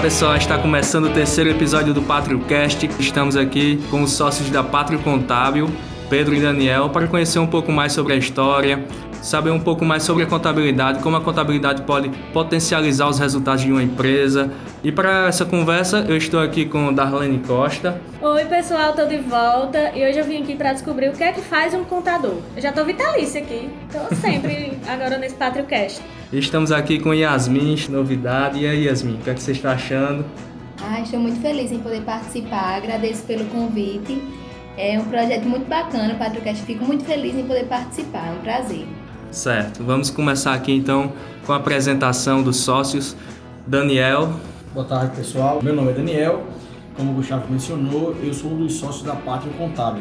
pessoal, está começando o terceiro episódio do PátrioCast. Estamos aqui com os sócios da Pátrio Contábil, Pedro e Daniel, para conhecer um pouco mais sobre a história, saber um pouco mais sobre a contabilidade, como a contabilidade pode potencializar os resultados de uma empresa. E para essa conversa, eu estou aqui com Darlene Costa. Oi pessoal, estou de volta e hoje eu vim aqui para descobrir o que é que faz um contador. Eu já estou vitalícia aqui, estou sempre agora nesse PátrioCast. E estamos aqui com Yasmin, novidade. E aí, Yasmin, o que é que você está achando? Estou muito feliz em poder participar, agradeço pelo convite. É um projeto muito bacana, o PátrioCast, fico muito feliz em poder participar, é um prazer. Certo, vamos começar aqui então com a apresentação dos sócios. Daniel. Boa tarde, pessoal. Meu nome é Daniel, como o Gustavo mencionou, eu sou um dos sócios da Pátrio Contábil.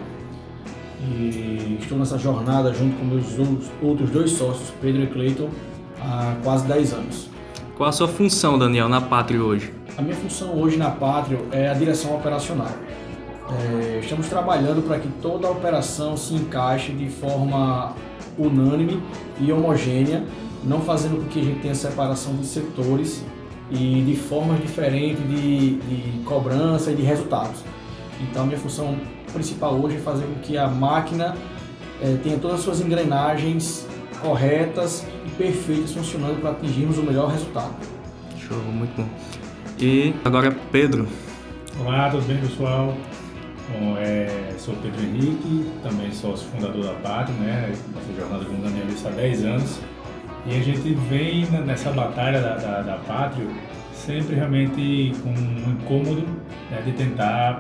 E estou nessa jornada junto com meus outros dois sócios, Pedro e Cleiton, há quase 10 anos. Qual a sua função, Daniel, na Pátrio hoje? A minha função hoje na Pátrio é a direção operacional. Estamos trabalhando para que toda a operação se encaixe de forma unânime e homogênea, não fazendo com que a gente tenha separação de setores e de formas diferentes de cobrança e de resultados. Então a minha função principal hoje é fazer com que a máquina tenha todas as suas engrenagens corretas e perfeitas funcionando para atingirmos o melhor resultado. Show, muito bom. E agora Pedro. Olá, tudo bem, pessoal? Bom, sou Pedro Henrique, também sócio fundador da Pátrio, né? Essa jornada com o Daniel há 10 anos. E a gente vem nessa batalha da Pátrio sempre realmente com um incômodo, né, de tentar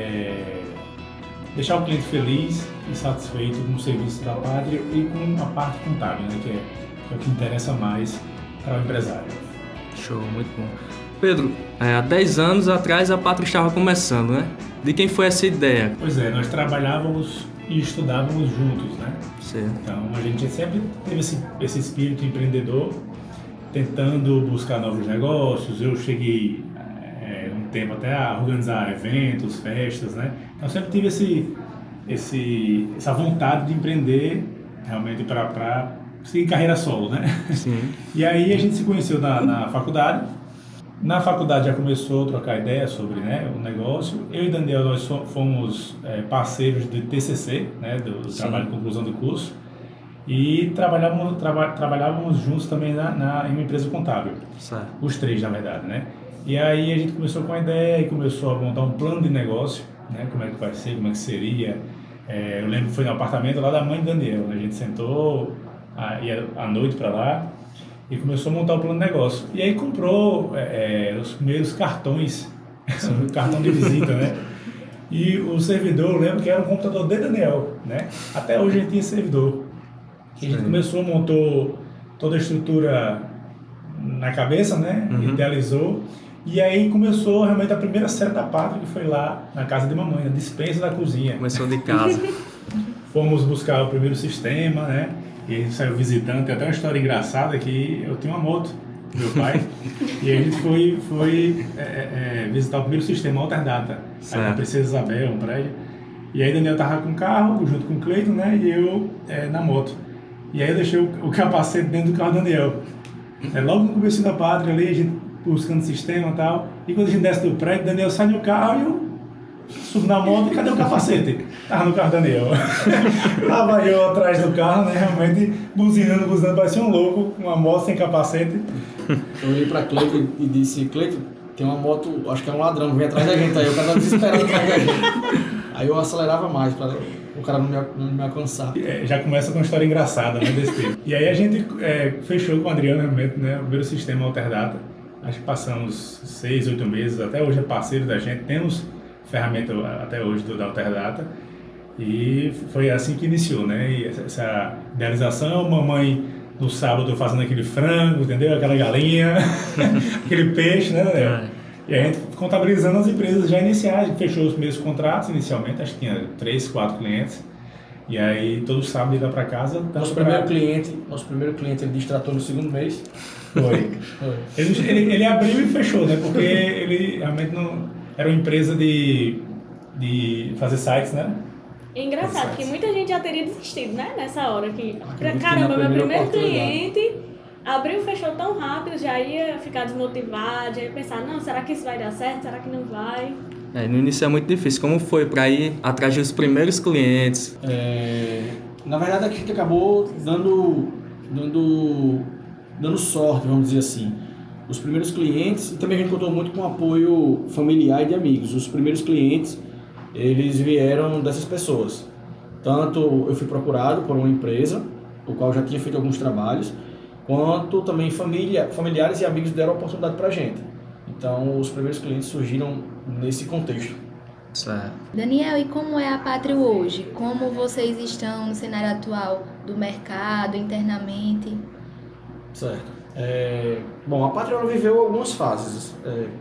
deixar o cliente feliz e satisfeito com o serviço da Pátrio e com a parte contábil, né, que é o que interessa mais para o empresário. Show, muito bom. Pedro, há 10 anos atrás a Pátrio estava começando, né? De quem foi essa ideia? Pois é, nós trabalhávamos e estudávamos juntos, né? Certo. Então a gente sempre teve esse espírito empreendedor, tentando buscar novos negócios. Eu cheguei um tempo até a organizar eventos, festas, né? Então sempre tive essa vontade de empreender realmente para seguir carreira solo, né? Sim. E aí a gente se conheceu na faculdade. Na faculdade já começou a trocar ideias sobre, né, o negócio. Eu e Daniel, nós fomos parceiros do TCC, né, do trabalho de conclusão do curso. E trabalhávamos juntos também em uma empresa contábil. Certo. Os três, na verdade, né? E aí a gente começou com a ideia e começou a montar um plano de negócio, né? Como é que vai ser, como é que seria. Eu lembro que foi no apartamento lá da mãe de Daniel. A gente sentou, ia à noite para lá e começou a montar o plano de negócio. E aí comprou os primeiros cartões, o cartão de visita, né? E o servidor, eu lembro que era um computador de Daniel, né? Até hoje a gente tinha servidor. E a gente começou, montou toda a estrutura na cabeça, né? Idealizou. E aí começou realmente a primeira série da Pátrio, que foi lá na casa de mamãe, na despensa da cozinha. Começou de casa. Fomos buscar o primeiro sistema, né? E a gente saiu visitando. Tem até uma história engraçada que eu tinha uma moto, meu pai, e a gente foi visitar o primeiro sistema, Alterdata, aí na Princesa Isabel, um prédio. E aí Daniel tava com o carro, junto com o Cleiton, né? E eu na moto. E aí eu deixei o capacete dentro do carro do Daniel. Logo no começo da Pátrio ali, a gente buscando sistema e tal. E quando a gente desce do prédio, Daniel sai do carro e eu subo na moto e cadê o capacete? Tava no carro do Daniel. Lá vai eu atrás do carro, né? Realmente buzinando, parecia um louco, com uma moto sem capacete. Eu olhei para Cleiton e disse: Cleiton, tem uma moto, acho que é um ladrão, vem atrás da gente aí, o cara tá desesperado atrás da gente. Aí eu acelerava mais para o cara não me alcançar. Já começa com uma história engraçada, né, desse tipo. E aí a gente fechou com o Adriano, realmente, né, o primeiro sistema Alterdata. Acho que passamos 6, 8 meses, até hoje é parceiro da gente, temos ferramenta até hoje da Alterdata. E foi assim que iniciou, né, e essa idealização, mamãe no sábado fazendo aquele frango, entendeu? Aquela galinha, aquele peixe, né, Daniel? E a gente contabilizando as empresas já iniciais, a gente fechou os primeiros contratos inicialmente, acho que tinha 3, 4 clientes. E aí todo sábado ele ia para casa. Nosso primeiro cliente ele distratou no segundo mês. Foi. Ele abriu e fechou, né? Porque ele realmente não era uma empresa de fazer sites, né? É engraçado que muita gente já teria desistido, né? Nessa hora que, Acredito caramba, que meu primeiro oportunidade. cliente abriu, fechou tão rápido, já ia ficar desmotivado, já ia pensar, não, será que isso vai dar certo? Será que não vai? No início é muito difícil. Como foi para ir atrás dos primeiros clientes? Na verdade, a gente acabou dando sorte, vamos dizer assim. Os primeiros clientes, e também a gente contou muito com o apoio familiar e de amigos. Os primeiros clientes, eles vieram dessas pessoas. Tanto eu fui procurado por uma empresa, o qual já tinha feito alguns trabalhos, quanto também familiares e amigos deram a oportunidade para a gente. Então, os primeiros clientes surgiram nesse contexto. Certo. Daniel, e como é a Pátrio hoje? Como vocês estão no cenário atual do mercado, internamente? Certo. Bom, a Pátrio viveu algumas fases.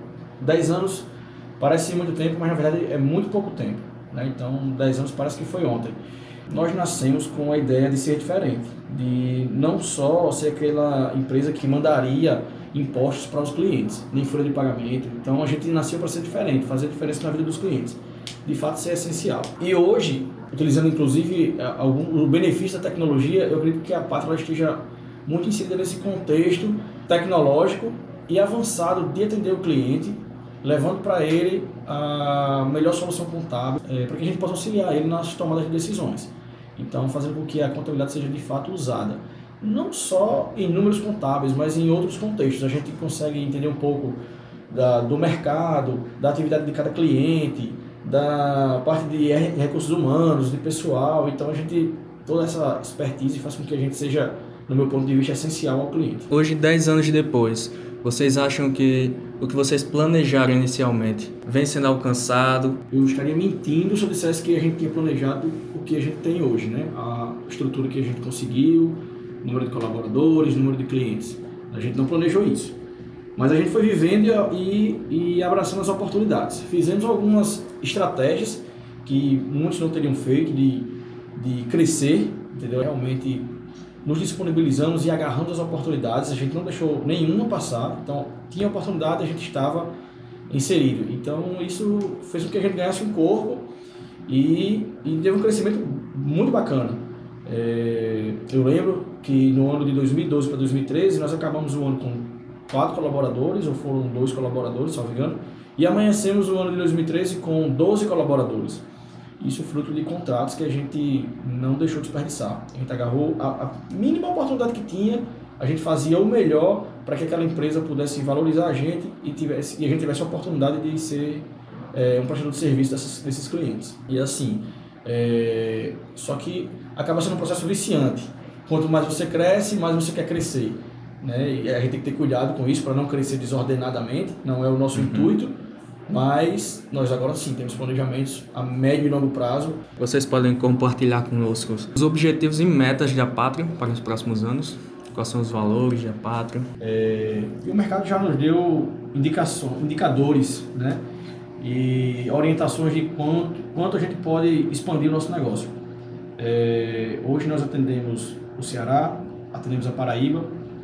10 anos parece muito tempo, mas na verdade é muito pouco tempo, né? Então, 10 anos parece que foi ontem. Nós nascemos com a ideia de ser diferente, de não só ser aquela empresa que mandaria impostos para os clientes, nem folha de pagamento. Então a gente nasceu para ser diferente, fazer diferença na vida dos clientes. De fato, isso é essencial. E hoje, utilizando inclusive o benefício da tecnologia, eu acredito que a Pátria esteja muito inserida nesse contexto tecnológico e avançado de atender o cliente, levando para ele a melhor solução contábil, para que a gente possa auxiliar ele nas tomadas de decisões. Então, fazendo com que a contabilidade seja de fato usada, não só em números contábeis, mas em outros contextos. A gente consegue entender um pouco do mercado, da atividade de cada cliente, da parte de recursos humanos, de pessoal. Então, toda essa expertise faz com que a gente seja, no meu ponto de vista, essencial ao cliente. Hoje, 10 anos depois, vocês acham que o que vocês planejaram inicialmente vem sendo alcançado? Eu estaria mentindo se eu dissesse que a gente tinha planejado o que a gente tem hoje, né? A estrutura que a gente conseguiu, número de colaboradores, número de clientes. A gente não planejou isso. Mas a gente foi vivendo e abraçando as oportunidades. Fizemos algumas estratégias que muitos não teriam feito de crescer, entendeu? Realmente nos disponibilizamos e agarramos as oportunidades. A gente não deixou nenhuma passar. Então, tinha oportunidade, a gente estava inserido. Então, isso fez com que a gente ganhasse um corpo e deu um crescimento muito bacana. Eu lembro que no ano de 2012 para 2013 nós acabamos o ano com 4 colaboradores, ou foram 2 colaboradores, salvo engano, e amanhecemos o ano de 2013 com 12 colaboradores. Isso fruto de contratos que a gente não deixou desperdiçar. A gente agarrou a mínima oportunidade que tinha, a gente fazia o melhor para que aquela empresa pudesse valorizar a gente e a gente tivesse a oportunidade de ser um prestador de serviço desses clientes. E assim, só que acaba sendo um processo viciante. Quanto mais você cresce, mais você quer crescer, né? E a gente tem que ter cuidado com isso para não crescer desordenadamente, não é o nosso intuito, mas nós agora sim temos planejamentos a médio e longo prazo. Vocês podem compartilhar conosco os objetivos e metas da Pátria para os próximos anos? Quais são os valores da Pátria? E o mercado já nos deu indicadores, né? E orientações de quanto a gente pode expandir o nosso negócio. Hoje nós atendemos o Ceará, atendemos a Paraíba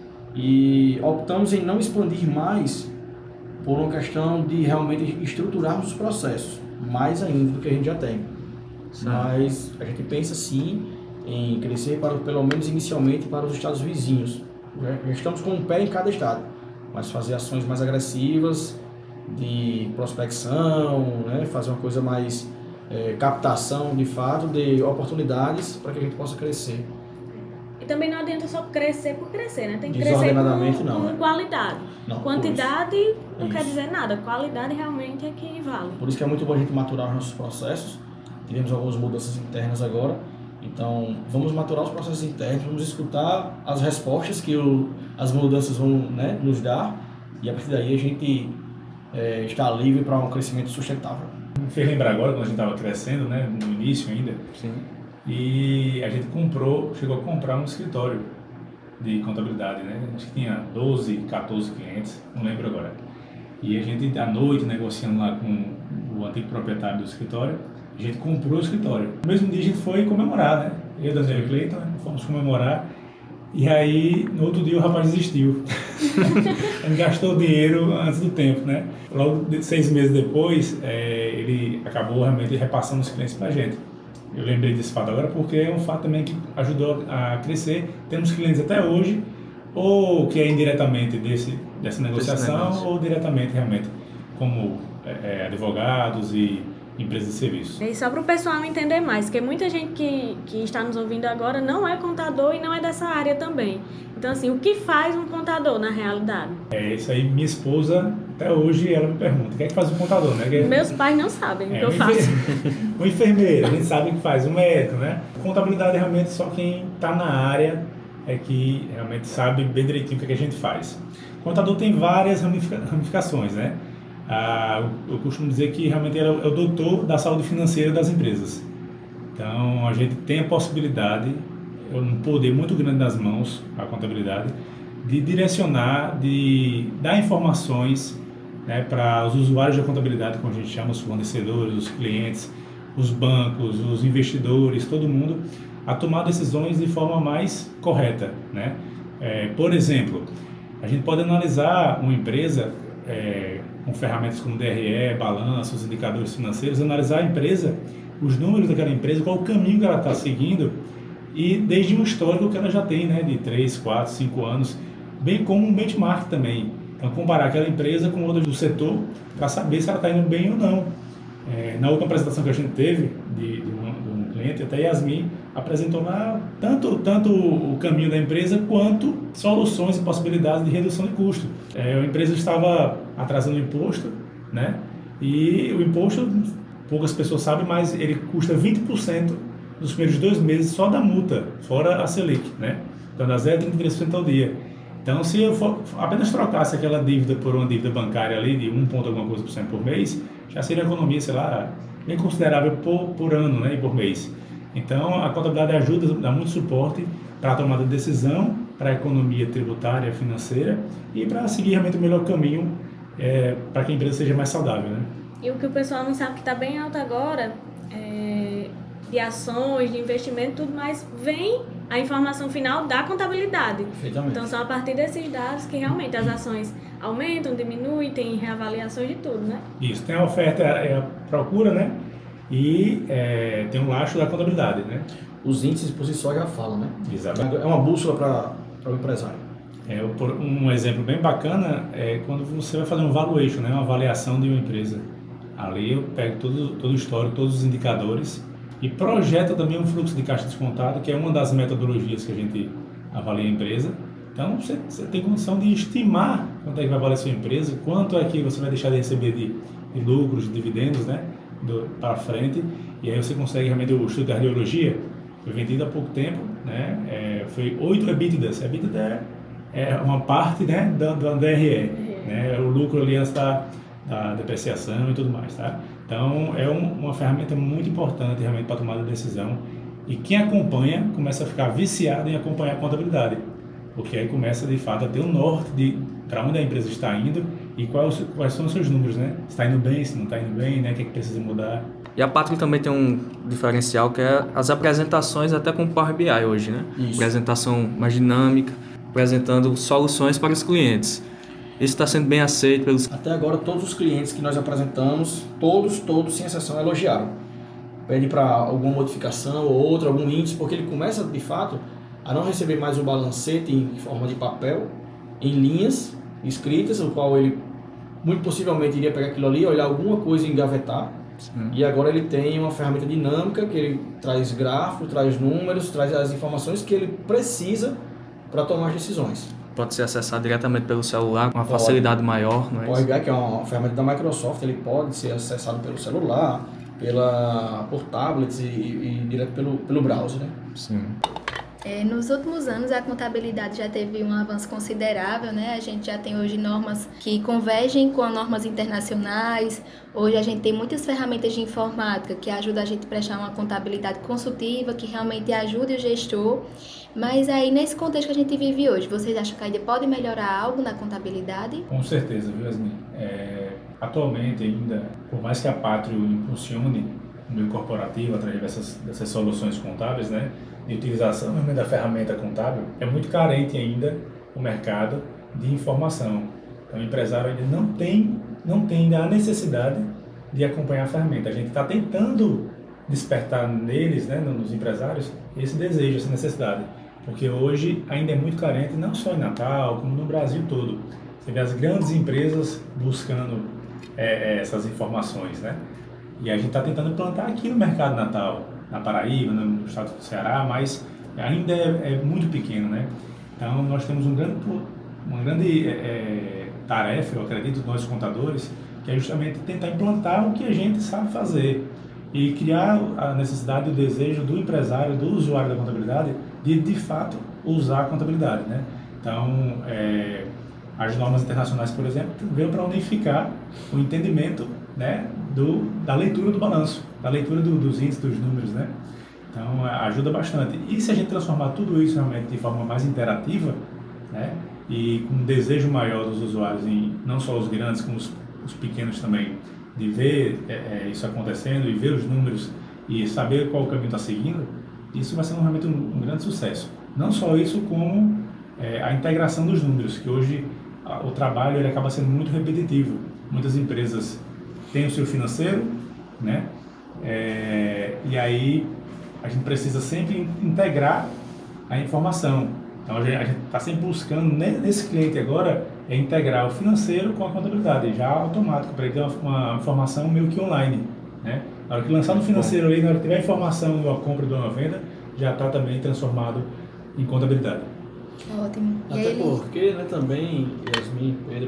e optamos em não expandir mais por uma questão de realmente estruturarmos os processos, mais ainda do que a gente já tem. Sim. Mas a gente pensa sim em crescer pelo menos inicialmente para os estados vizinhos. Já estamos com um pé em cada estado, mas fazer ações mais agressivas de prospecção, né? Fazer uma coisa mais captação de fato de oportunidades para que a gente possa crescer. E também não adianta só crescer por crescer, né? Tem que crescer com qualidade. Não, quantidade não quer dizer nada, qualidade realmente é que vale. Por isso que é muito bom a gente maturar os nossos processos. Tivemos algumas mudanças internas agora, então vamos maturar os processos internos, vamos escutar as respostas que as mudanças vão, né, nos dar e a partir daí a gente está livre para um crescimento sustentável. Me fez lembrar agora quando a gente estava crescendo, né, no início ainda. Sim. E a gente chegou a comprar um escritório de contabilidade, né? A gente tinha 12, 14 clientes, não lembro agora. E a gente, à noite, negociando lá com o antigo proprietário do escritório, a gente comprou o escritório. No mesmo dia a gente foi comemorar, né? Eu, Daniel e Cleiton, fomos comemorar. E aí, no outro dia, o rapaz desistiu. Ele gastou o dinheiro antes do tempo, né? Logo 6 meses depois, ele acabou realmente repassando os clientes pra gente. Eu lembrei desse fato agora porque é um fato também que ajudou a crescer. Temos clientes até hoje ou que é indiretamente dessa negociação, ou diretamente realmente como advogados e empresas de serviços. E só para o pessoal entender mais, porque muita gente que está nos ouvindo agora não é contador e não é dessa área também. Então, assim, o que faz um contador na realidade? Isso aí, minha esposa, até hoje, ela me pergunta, o que é que faz um contador, né? Meus pais não sabem o que eu faço. Um enfermeiro, a gente sabe o que faz, um médico, né? Contabilidade, realmente, só quem está na área é que realmente sabe bem direitinho o que a gente faz. O contador tem várias ramificações, né? Eu costumo dizer que realmente ele é o doutor da saúde financeira das empresas. Então, a gente tem a possibilidade, um poder muito grande nas mãos, a contabilidade, de direcionar, de dar informações, né, para os usuários da contabilidade, como a gente chama, os fornecedores, os clientes, os bancos, os investidores, todo mundo, a tomar decisões de forma mais correta, né? Por exemplo, a gente pode analisar uma empresa com ferramentas como DRE, balanços, indicadores financeiros, analisar a empresa, os números daquela empresa, qual o caminho que ela está seguindo, e desde um histórico que ela já tem, né, de 3, 4, 5 anos, bem como um benchmark também. Então, comparar aquela empresa com outras do setor para saber se ela está indo bem ou não. Na última apresentação que a gente teve de um cliente, até a Yasmin apresentou lá tanto o caminho da empresa quanto soluções e possibilidades de redução de custo. A empresa estava atrasando o imposto, né? E o imposto, poucas pessoas sabem, mas ele custa 20% dos primeiros 2 meses só da multa, fora a Selic, né? Então dá 0,33% ao dia. Então, se eu apenas trocasse aquela dívida por uma dívida bancária ali de 1 ponto alguma coisa por cento por mês, já seria uma economia, sei lá, bem considerável por ano, né, e por mês. Então, a contabilidade ajuda, dá muito suporte para a tomada de decisão, para a economia tributária, financeira e para seguir realmente o melhor caminho para que a empresa seja mais saudável, né? E o que o pessoal não sabe que está bem alto agora, de ações, de investimento, tudo mais, vem a informação final da contabilidade. Perfeitamente. Então, são a partir desses dados que realmente as ações aumentam, diminuem, tem reavaliações de tudo, né? Isso, tem a oferta e a procura, né? E tem um lastro da contabilidade, né? Os índices por si só já falam, né? Exatamente. É uma bússola para o empresário. Um exemplo bem bacana é quando você vai fazer um valuation, né? Uma avaliação de uma empresa. Ali eu pego todo o histórico, todos os indicadores e projeto também um fluxo de caixa descontado, que é uma das metodologias que a gente avalia a empresa. Então, você tem condição de estimar quanto é que vai valer a sua empresa, quanto é que você vai deixar de receber de lucros, de dividendos, né, para frente. E aí você consegue realmente, o estudo de cardiologia foi vendido há pouco tempo, né, foi 8 EBITDAs. EBITDA é uma parte, né, do DRE, né, o lucro ali antes da depreciação e tudo mais, tá? Então, é uma ferramenta muito importante realmente para tomar a decisão, e quem acompanha começa a ficar viciado em acompanhar a contabilidade, porque aí começa de fato a ter um norte de para onde a empresa está indo e quais são os seus números, né? Se está indo bem, se não está indo bem, né? O que é que precisa mudar. E a Pátria também tem um diferencial que é as apresentações até com o Power BI hoje, né? Isso. Apresentação mais dinâmica, apresentando soluções para os clientes. Isso está sendo bem aceito pelos... Até agora, todos os clientes que nós apresentamos, todos, sem exceção, elogiaram. Pede para alguma modificação ou outra, algum índice, porque ele começa, de fato, a não receber mais o balancete em forma de papel, em linhas escritas, o qual ele, muito possivelmente, iria pegar aquilo ali, olhar alguma coisa e engavetar. Sim. E agora ele tem uma ferramenta dinâmica, que ele traz gráficos, traz números, traz as informações que ele precisa para tomar as decisões. Pode ser acessado diretamente pelo celular com uma facilidade maior, não é? O Power BI, que é uma ferramenta da Microsoft, ele pode ser acessado pelo celular, por tablets e direto pelo browser, né? Sim. Nos últimos anos, a contabilidade já teve um avanço considerável, né? A gente já tem hoje normas que convergem com normas internacionais. Hoje a gente tem muitas ferramentas de informática que ajudam a gente a prestar uma contabilidade consultiva, que realmente ajude o gestor. Mas aí, nesse contexto que a gente vive hoje, vocês acham que ainda pode melhorar algo na contabilidade? Com certeza, viu, Yasmin? Atualmente ainda, por mais que a Pátria impulsione o meio corporativo através dessas soluções contábeis, né, de utilização da ferramenta contábil, é muito carente ainda o mercado de informação. Então, o empresário ainda não tem ainda a necessidade de acompanhar a ferramenta. A gente está tentando despertar neles, né, nos empresários, esse desejo, essa necessidade. Porque hoje ainda é muito carente, não só em Natal, como no Brasil todo. Você vê as grandes empresas buscando essas informações, né? E a gente está tentando implantar aqui no mercado Natal, na Paraíba, no estado do Ceará, mas ainda é muito pequeno, né? Então nós temos uma grande tarefa, eu acredito, nós contadores, que é justamente tentar implantar o que a gente sabe fazer e criar a necessidade e o desejo do empresário, do usuário da contabilidade, de fato usar a contabilidade, né? Então, as normas internacionais, por exemplo, veio para unificar o entendimento, né, da leitura do balanço, da leitura dos índices, dos números, né? Então, ajuda bastante. E se a gente transformar tudo isso realmente de forma mais interativa, né, e com um desejo maior dos usuários, não só os grandes, como os pequenos também, de ver isso acontecendo e ver os números e saber qual o caminho está seguindo, isso vai ser realmente um grande sucesso. Não só isso, como a integração dos números, que hoje o trabalho ele acaba sendo muito repetitivo. Muitas empresas têm o seu financeiro, né? E aí a gente precisa sempre integrar a informação. Então a gente está sempre buscando, nesse cliente agora, integrar o financeiro com a contabilidade, já automático, para ele ter uma informação meio que online, né? Na hora que lançar no financeiro ali, na hora que tiver a informação de uma compra ou de uma venda, já está também transformado em contabilidade. Ótimo. Até porque, né, também, Yasmin, Pedro,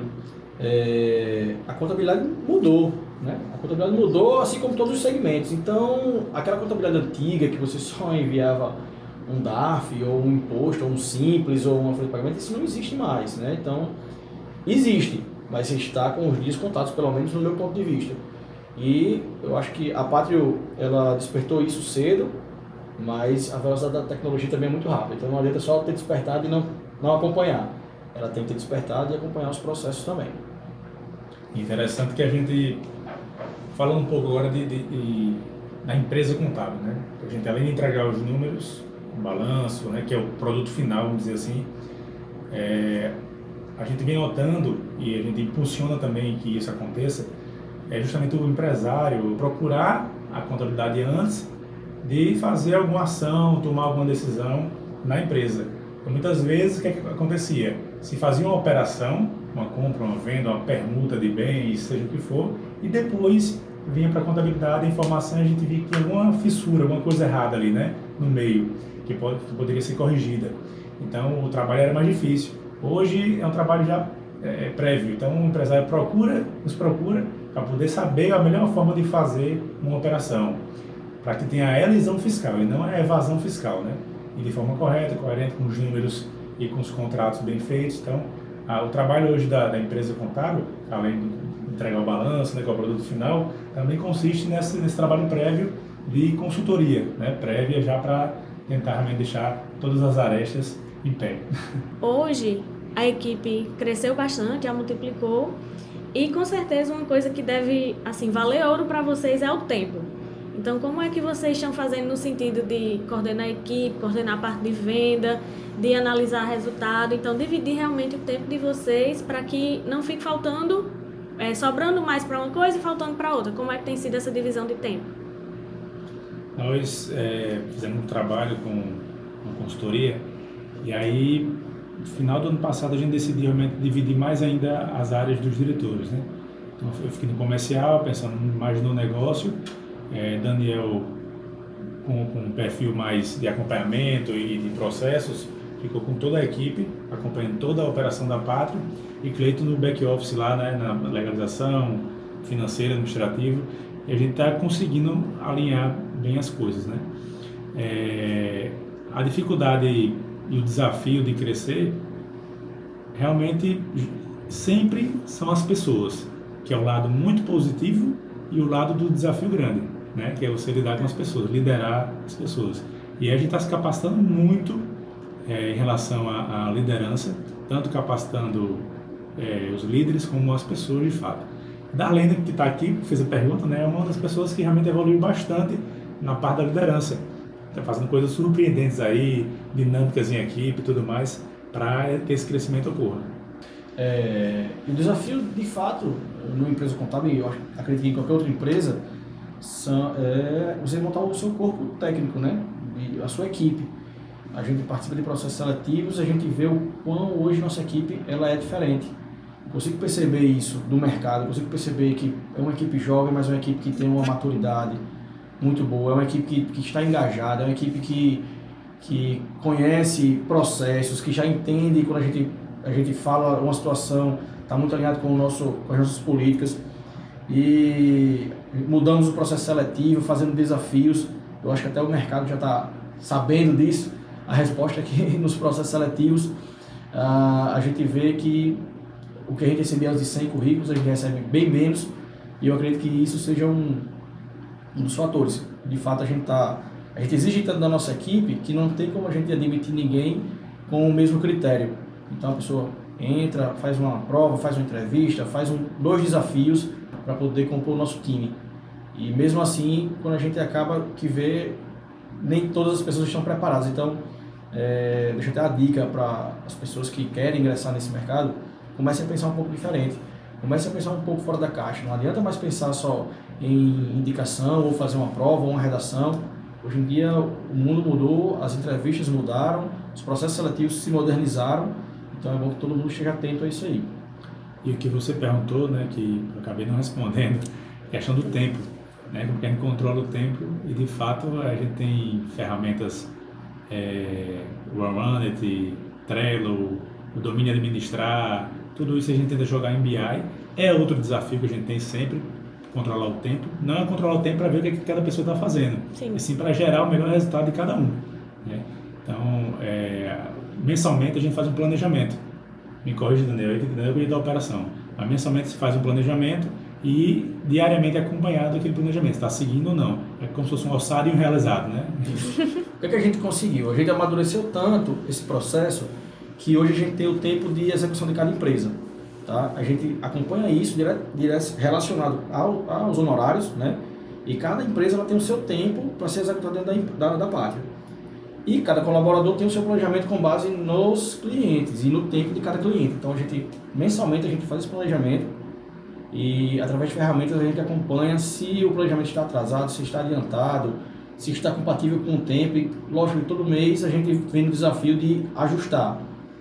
a contabilidade mudou, né? A contabilidade mudou, assim como todos os segmentos. Então, aquela contabilidade antiga que você só enviava um DARF, ou um imposto, ou um simples, ou uma folha de pagamento, isso não existe mais, né? Então, existe, mas está com os dias contados, pelo menos no meu ponto de vista. E eu acho que a Pátrio, ela despertou isso cedo, mas a velocidade da tecnologia também é muito rápida. Então não adianta só ter despertado e não acompanhar. Ela tem que ter despertado e acompanhar os processos também. Interessante que a gente, falando um pouco agora da empresa contábil, né? A gente, além de entregar os números, o balanço, né, que é o produto final, vamos dizer assim, a gente vem notando, e a gente impulsiona também que isso aconteça, justamente o empresário procurar a contabilidade antes de fazer alguma ação, tomar alguma decisão na empresa. Então, muitas vezes, o que acontecia? Se fazia uma operação, uma compra, uma venda, uma permuta de bens, seja o que for, e depois vinha para a contabilidade a informação e a gente via que tinha alguma fissura, alguma coisa errada ali, né, no meio, que poderia ser corrigida. Então, o trabalho era mais difícil. Hoje é um trabalho já prévio, então o empresário nos procura para poder saber a melhor forma de fazer uma operação, para que tenha a elisão fiscal e não a evasão fiscal, né? E de forma correta, coerente com os números e com os contratos bem feitos. Então, o trabalho hoje da empresa contábil, além de entregar o balanço, né, que é o produto final, também consiste nesse trabalho prévio de consultoria, né? Prévia já para tentar realmente deixar todas as arestas em pé. Hoje, a equipe cresceu bastante, já multiplicou, e com certeza uma coisa que deve assim, valer ouro para vocês é o tempo. Então, como é que vocês estão fazendo no sentido de coordenar a equipe, coordenar a parte de venda, de analisar resultado? Então, dividir realmente o tempo de vocês para que não fique faltando, sobrando mais para uma coisa e faltando para outra. Como é que tem sido essa divisão de tempo? Nós fizemos um trabalho com uma consultoria e aí, no final do ano passado, a gente decidiu realmente dividir mais ainda as áreas dos diretores, né? Então, eu fiquei no comercial, pensando mais no negócio, Daniel com um perfil mais de acompanhamento e de processos, ficou com toda a equipe, acompanhando toda a operação da Pátrio, e Cleiton no back-office lá, né, na legalização financeira, administrativa, e a gente está conseguindo alinhar bem as coisas, né? A dificuldade e o desafio de crescer realmente sempre são as pessoas, que é o lado muito positivo e o lado do desafio grande, né? Que é você lidar com as pessoas, liderar as pessoas. E a gente está se capacitando muito em relação à liderança, tanto capacitando os líderes como as pessoas de fato. Darlene, que está aqui, fez a pergunta, né? É uma das pessoas que realmente evoluiu bastante na parte da liderança. Está fazendo coisas surpreendentes aí, dinâmicas em equipe e tudo mais, para que esse crescimento ocorra. O desafio, de fato, numa empresa contábil, eu acredito que em qualquer outra empresa, você montar o seu corpo técnico, né? E a sua equipe. a gente participa de processos seletivos, a gente vê o quão hoje nossa equipe ela é diferente. Eu consigo perceber isso do mercado, eu consigo perceber que é uma equipe jovem, mas é uma equipe que tem uma maturidade muito boa, é uma equipe que está engajada, é uma equipe que conhece processos, que já entende quando a gente fala uma situação, está muito alinhado com as nossas políticas. E mudamos o processo seletivo, fazendo desafios. Eu acho que até o mercado já está sabendo disso. A resposta é que nos processos seletivos a gente vê que o que a gente recebia de 100 currículos, a gente recebe bem menos. E eu acredito que isso seja um dos fatores. De fato, a gente exige tanto da nossa equipe que não tem como a gente admitir ninguém com o mesmo critério. Então a pessoa entra, faz uma prova, faz uma entrevista, faz 2 desafios para poder compor o nosso time. E mesmo assim, quando a gente acaba que vê, nem todas as pessoas estão preparadas. Então, deixa eu dar a dica para as pessoas que querem ingressar nesse mercado, comecem a pensar um pouco diferente. Comecem a pensar um pouco fora da caixa. Não adianta mais pensar só em indicação ou fazer uma prova ou uma redação. Hoje em dia o mundo mudou, as entrevistas mudaram, os processos seletivos se modernizaram. Então é bom que todo mundo esteja atento a isso aí. E o que você perguntou, né, que eu acabei não respondendo, a questão do tempo, né, como que a gente controla o tempo e de fato a gente tem ferramentas, Runit, Trello, o domínio administrar, tudo isso a gente tenta jogar em BI. É outro desafio que a gente tem sempre, controlar o tempo. Não é controlar o tempo para ver o que cada pessoa está fazendo, e sim para gerar o melhor resultado de cada um, né? Então, mensalmente a gente faz um planejamento. Me corrija, Daniel, eu cuido da operação. Mas mensalmente se faz um planejamento e diariamente é acompanhado aquele planejamento, está seguindo ou não. É como se fosse um orçado e um realizado, né? O que a gente conseguiu? A gente amadureceu tanto esse processo que hoje a gente tem o tempo de execução de cada empresa. Tá? A gente acompanha isso relacionado aos honorários, né? E cada empresa ela tem o seu tempo para ser executado dentro da Pátria. E cada colaborador tem o seu planejamento com base nos clientes e no tempo de cada cliente. Então, mensalmente a gente faz esse planejamento e através de ferramentas a gente acompanha se o planejamento está atrasado, se está adiantado, se está compatível com o tempo. E, lógico, todo mês a gente vem no desafio de ajustar.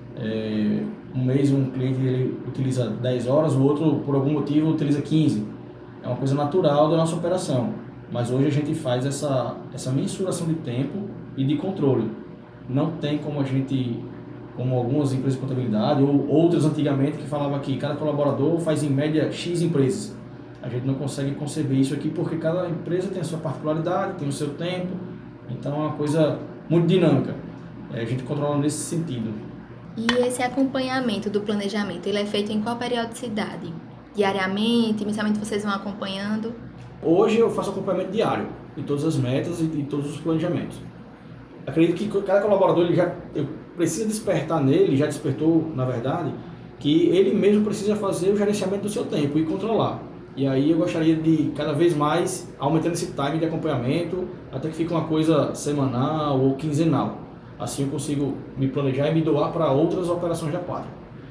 Um mês um cliente ele utiliza 10 horas, o outro, por algum motivo, utiliza 15. É uma coisa natural da nossa operação. Mas hoje a gente faz essa mensuração de tempo e de controle. Não tem como como algumas empresas de contabilidade ou outras antigamente que falavam que cada colaborador faz em média X empresas. A gente não consegue conceber isso aqui porque cada empresa tem a sua particularidade, tem o seu tempo. Então é uma coisa muito dinâmica. A gente controla nesse sentido. E esse acompanhamento do planejamento, ele é feito em qual periodicidade? Diariamente, mensalmente vocês vão acompanhando? Hoje eu faço acompanhamento diário de todas as metas e de todos os planejamentos. Acredito que cada colaborador eu preciso despertar nele, já despertou na verdade, que ele mesmo precisa fazer o gerenciamento do seu tempo e controlar. E aí eu gostaria de cada vez mais aumentando esse time de acompanhamento até que fique uma coisa semanal ou quinzenal. Assim eu consigo me planejar e me doar para outras operações da Pátria.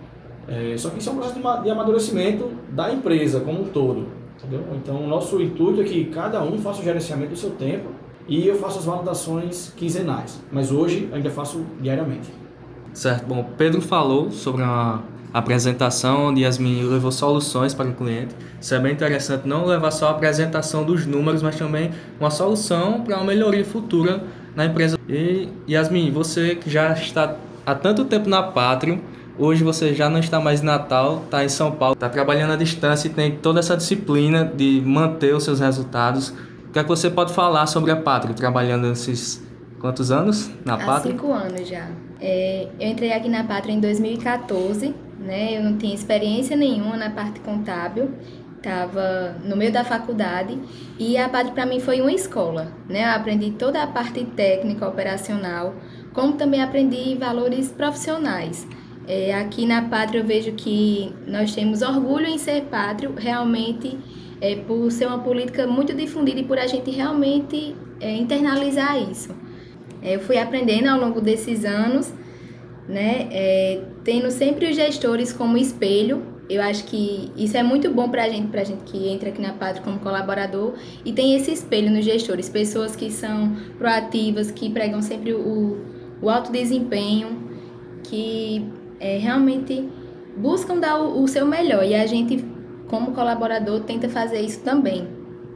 Só que isso é um processo de amadurecimento da empresa como um todo. Entendeu? Então o nosso intuito é que cada um faça o gerenciamento do seu tempo e eu faço as validações quinzenais. Mas hoje ainda faço diariamente. Certo. Bom, Pedro falou sobre uma apresentação onde Yasmin levou soluções para o cliente. Isso é bem interessante, não levar só a apresentação dos números, mas também uma solução para uma melhoria futura na empresa. E Yasmin, você que já está há tanto tempo na Pátria, hoje você já não está mais em Natal, está em São Paulo, está trabalhando à distância e tem toda essa disciplina de manter os seus resultados. O que é que você pode falar sobre a Pátria, trabalhando esses quantos anos na Pátria? Há 5 anos já. Eu entrei aqui na Pátria em 2014, né? Eu não tinha experiência nenhuma na parte contábil, estava no meio da faculdade e a Pátria para mim foi uma escola, né? Eu aprendi toda a parte técnica, operacional, como também aprendi valores profissionais. Aqui na Pátria eu vejo que nós temos orgulho em ser pátrio, realmente por ser uma política muito difundida e por a gente realmente internalizar isso. Eu fui aprendendo ao longo desses anos, né, tendo sempre os gestores como espelho. Eu acho que isso é muito bom para a gente que entra aqui na Pátria como colaborador e tem esse espelho nos gestores, pessoas que são proativas, que pregam sempre o o alto desempenho, que realmente buscam dar o seu melhor. E a gente, como colaborador, tenta fazer isso também.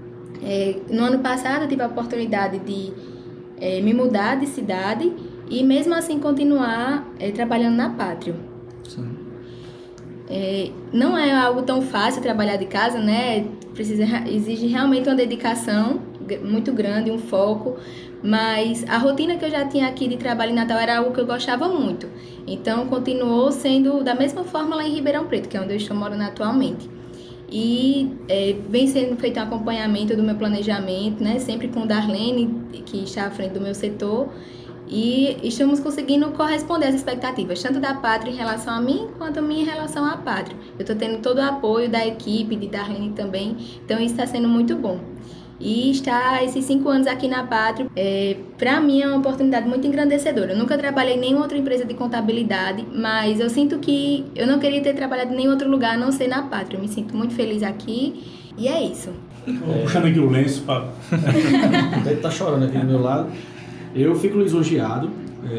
No ano passado, eu tive a oportunidade de me mudar de cidade e, mesmo assim, continuar trabalhando na Pátrio. Sim. Não é algo tão fácil trabalhar de casa, né? Exige realmente uma dedicação muito grande, um foco, mas a rotina que eu já tinha aqui de trabalho em Natal era algo que eu gostava muito. Então, continuou sendo da mesma forma lá em Ribeirão Preto, que é onde eu estou morando atualmente. E vem sendo feito um acompanhamento do meu planejamento, né? Sempre com Darlene, que está à frente do meu setor, e estamos conseguindo corresponder às expectativas, tanto da Pátrio em relação a mim, quanto a minha em relação à Pátrio. Eu estou tendo todo o apoio da equipe, de Darlene também, então isso está sendo muito bom. E estar esses 5 anos aqui na Pátrio, para mim é uma oportunidade muito engrandecedora. Eu nunca trabalhei em nenhuma outra empresa de contabilidade, mas eu sinto que eu não queria ter trabalhado em nenhum outro lugar a não ser na Pátrio. Eu me sinto muito feliz aqui e é isso. Puxando aqui o lenço para... Ele tá chorando aqui do meu lado. Eu fico lisonjeado,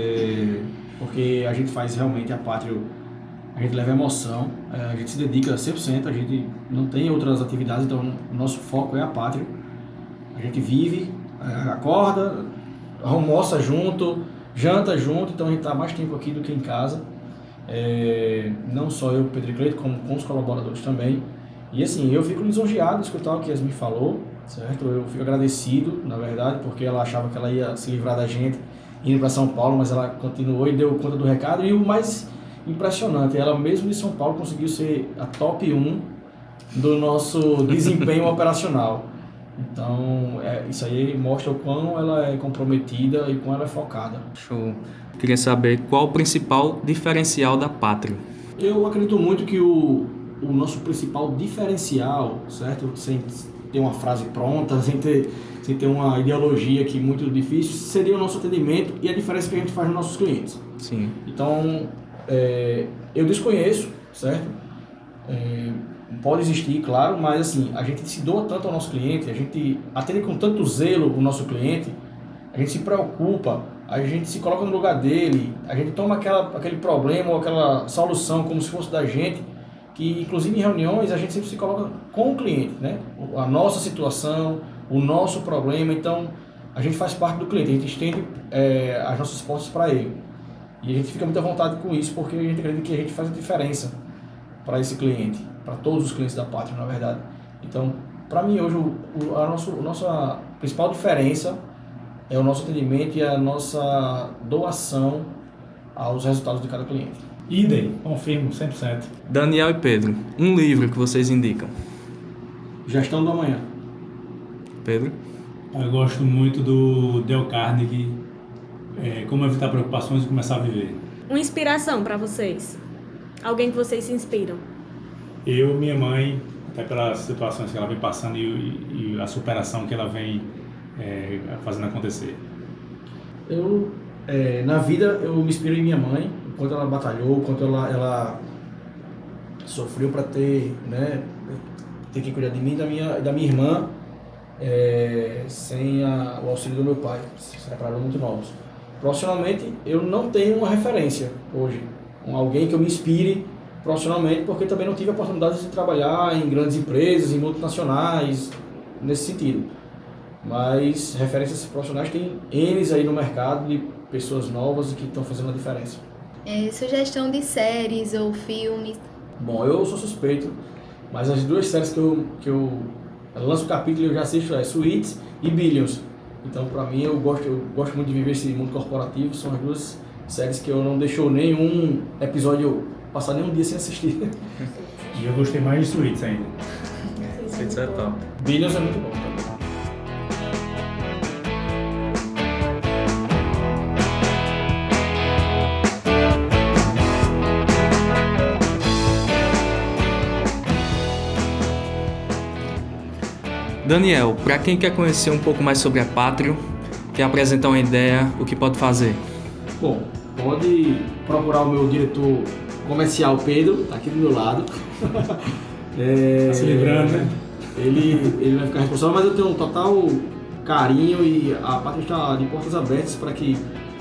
porque a gente faz realmente a Pátrio, a gente leva emoção, a gente se dedica 100%, a gente não tem outras atividades, então o nosso foco é a Pátrio. A gente vive, acorda, almoça junto, janta junto, então a gente está mais tempo aqui do que em casa. Não só eu, Pedro e Cleito, como com os colaboradores também. E assim, eu fico lisonjeado de escutar o que a Yasmin falou, certo? Eu fico agradecido, na verdade, porque ela achava que ela ia se livrar da gente indo para São Paulo, mas ela continuou e deu conta do recado. E o mais impressionante, ela mesmo de São Paulo conseguiu ser a top 1 do nosso desempenho operacional. Então, isso aí mostra o quão ela é comprometida e quão ela é focada. Show. Queria saber qual o principal diferencial da Pátrio. Eu acredito muito que o nosso principal diferencial, certo? Sem ter uma frase pronta, sem ter uma ideologia aqui muito difícil, seria o nosso atendimento e a diferença que a gente faz nos nossos clientes. Sim. Então, eu desconheço, certo? Pode existir, claro, mas assim, a gente se doa tanto ao nosso cliente, a gente atende com tanto zelo o nosso cliente, a gente se preocupa, a gente se coloca no lugar dele, a gente toma aquele problema ou aquela solução como se fosse da gente, que inclusive em reuniões a gente sempre se coloca com o cliente, né? A nossa situação, o nosso problema, então a gente faz parte do cliente, a gente estende as nossas portas para ele. E a gente fica muito à vontade com isso, porque a gente acredita que a gente faz a diferença para esse cliente, para todos os clientes da Pátrio, na verdade. Então, para mim, hoje, a nossa principal diferença é o nosso atendimento e a nossa doação aos resultados de cada cliente. Idem, confirmo, 100%. Daniel e Pedro, um livro que vocês indicam? Gestão do Amanhã. Pedro? Eu gosto muito do Dale Carnegie, Como Evitar Preocupações e Começar a Viver. Uma inspiração para vocês? Alguém que vocês se inspiram? Eu, minha mãe, até pelas situações que ela vem passando e a superação que ela vem fazendo acontecer. Na vida, eu me inspiro em minha mãe, o quanto ela batalhou, o quanto ela sofreu para ter que cuidar de mim e da minha irmã, sem o auxílio do meu pai, se separaram muito novos. Profissionalmente, eu não tenho uma referência hoje, alguém que eu me inspire profissionalmente, porque também não tive a oportunidade de trabalhar em grandes empresas, em multinacionais, nesse sentido. Mas referências profissionais tem eles aí no mercado, de pessoas novas e que estão fazendo a diferença. Sugestão de séries ou filmes? Bom, eu sou suspeito, mas as 2 séries que eu lanço o capítulo e eu já assisto Suits e Billions. Então, para mim, eu gosto muito de viver esse mundo corporativo. São as 2 séries que eu não deixo nenhum episódio passar nenhum dia sem assistir. E eu gostei mais de Suits ainda. Suits é top. Billions é muito bom também. Daniel, para quem quer conhecer um pouco mais sobre a Pátrio, quer apresentar uma ideia, o que pode fazer? Bom, pode procurar o meu diretor comercial, Pedro, tá aqui do meu lado. Tá se livrando, né? Ele vai ficar responsável, mas eu tenho um total carinho e a Pátrio está de portas abertas para que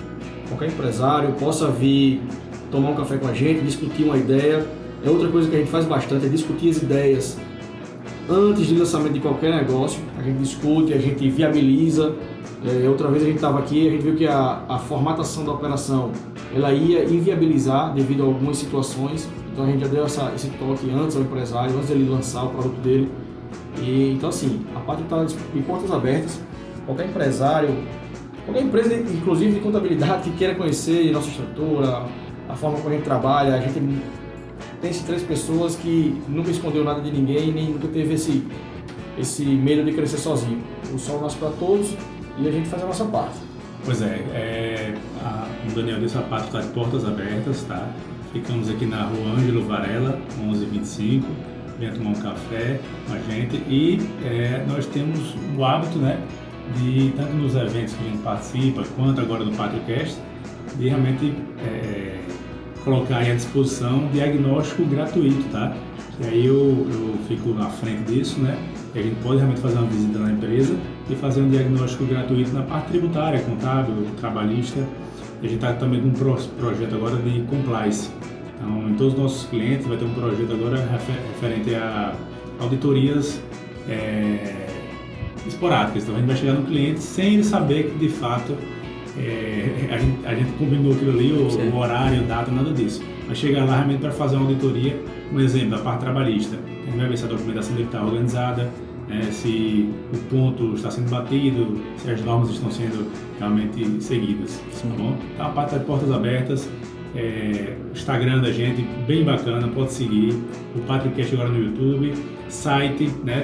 qualquer empresário possa vir tomar um café com a gente, discutir uma ideia. É outra coisa que a gente faz bastante, é discutir as ideias antes do lançamento de qualquer negócio. A gente discute, a gente viabiliza. Outra vez a gente estava aqui, a gente viu que a formatação da operação ela ia inviabilizar devido a algumas situações. Então a gente já deu esse toque antes ao empresário, antes dele lançar o produto dele. E, então assim, a Pátrio está de portas abertas. Qualquer empresário, qualquer empresa, inclusive de contabilidade, que queira conhecer nossa estrutura, a forma como a gente trabalha. A gente tem essas 3 pessoas que nunca escondeu nada de ninguém, nem nunca teve esse medo de crescer sozinho. O sol nasce para todos e a gente faz a nossa parte. Pois o Daniel disse, a Pátrio está de portas abertas, tá? Ficamos aqui na rua Ângelo Varela, 1125, venha tomar um café com a gente e nós temos o hábito, né, de, tanto nos eventos que a gente participa, quanto agora no PátrioCast, de realmente colocar aí à disposição diagnóstico gratuito, tá? E aí eu fico na frente disso, né? E a gente pode realmente fazer uma visita na empresa e fazer um diagnóstico gratuito na parte tributária, contábil, trabalhista. E a gente está também com um projeto agora de compliance. Então, em todos os nossos clientes vai ter um projeto agora referente a auditorias esporádicas. Então, a gente vai chegar no cliente sem ele saber que, de fato, a gente combinou aquilo ali, o horário, data, nada disso. Vai chegar lá realmente para fazer uma auditoria, um exemplo, da parte trabalhista. A gente vai ver se a documentação dele está organizada, se o ponto está sendo batido, se as normas estão sendo realmente seguidas. Tá bom? Então, a parte está de portas abertas. O Instagram da gente, bem bacana, pode seguir. O PátrioCast agora no YouTube, site, né,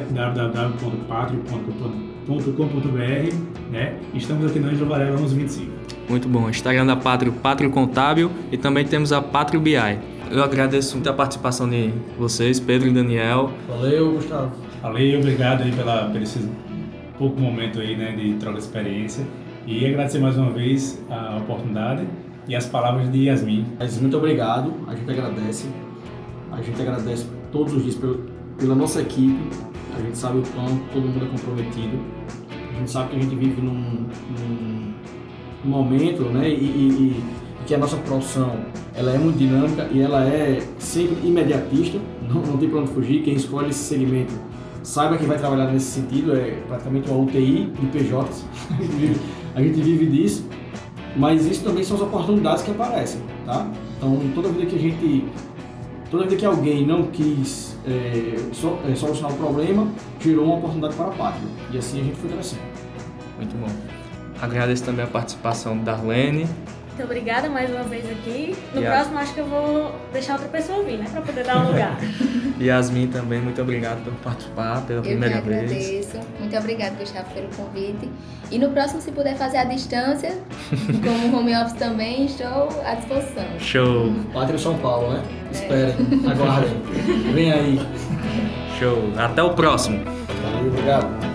www.patrio.com.br, né? Estamos aqui na Ângelo Varela 1125. Muito bom. Instagram da Pátrio, Pátrio Contábil, e também temos a Pátrio BI. Eu agradeço muito a participação de vocês, Pedro e Daniel. Valeu, Gustavo. Valeu, obrigado aí por esse pouco momento aí, né, de troca de experiência. E agradecer mais uma vez a oportunidade e as palavras de Yasmin. Muito obrigado, a gente agradece. A gente agradece todos os dias pela nossa equipe. A gente sabe o quanto todo mundo é comprometido. A gente sabe que a gente vive num momento, né, e que a nossa profissão ela é muito dinâmica e ela é sempre imediatista. Não tem para onde fugir. Quem escolhe esse segmento saiba que vai trabalhar nesse sentido. É praticamente uma UTI de PJs. A gente vive disso. Mas isso também são as oportunidades que aparecem, tá? Então, toda vida que alguém não quis solucionar o problema, gerou uma oportunidade para a Pátrio. E assim a gente foi crescendo. Muito bom. Agradeço também a participação da Darlene. Muito obrigada mais uma vez aqui. No próximo acho que eu vou deixar outra pessoa vir, né? Para poder dar um lugar. Yasmin também, muito obrigado por participar pela primeira vez. Eu que agradeço. Muito obrigada, Gustavo, pelo convite. E no próximo, se puder fazer à distância, como home office também, estou à disposição. Show! Pátrio São Paulo, né? Esperem, aguardem. Vem aí. Show! Até o próximo. Valeu, obrigado.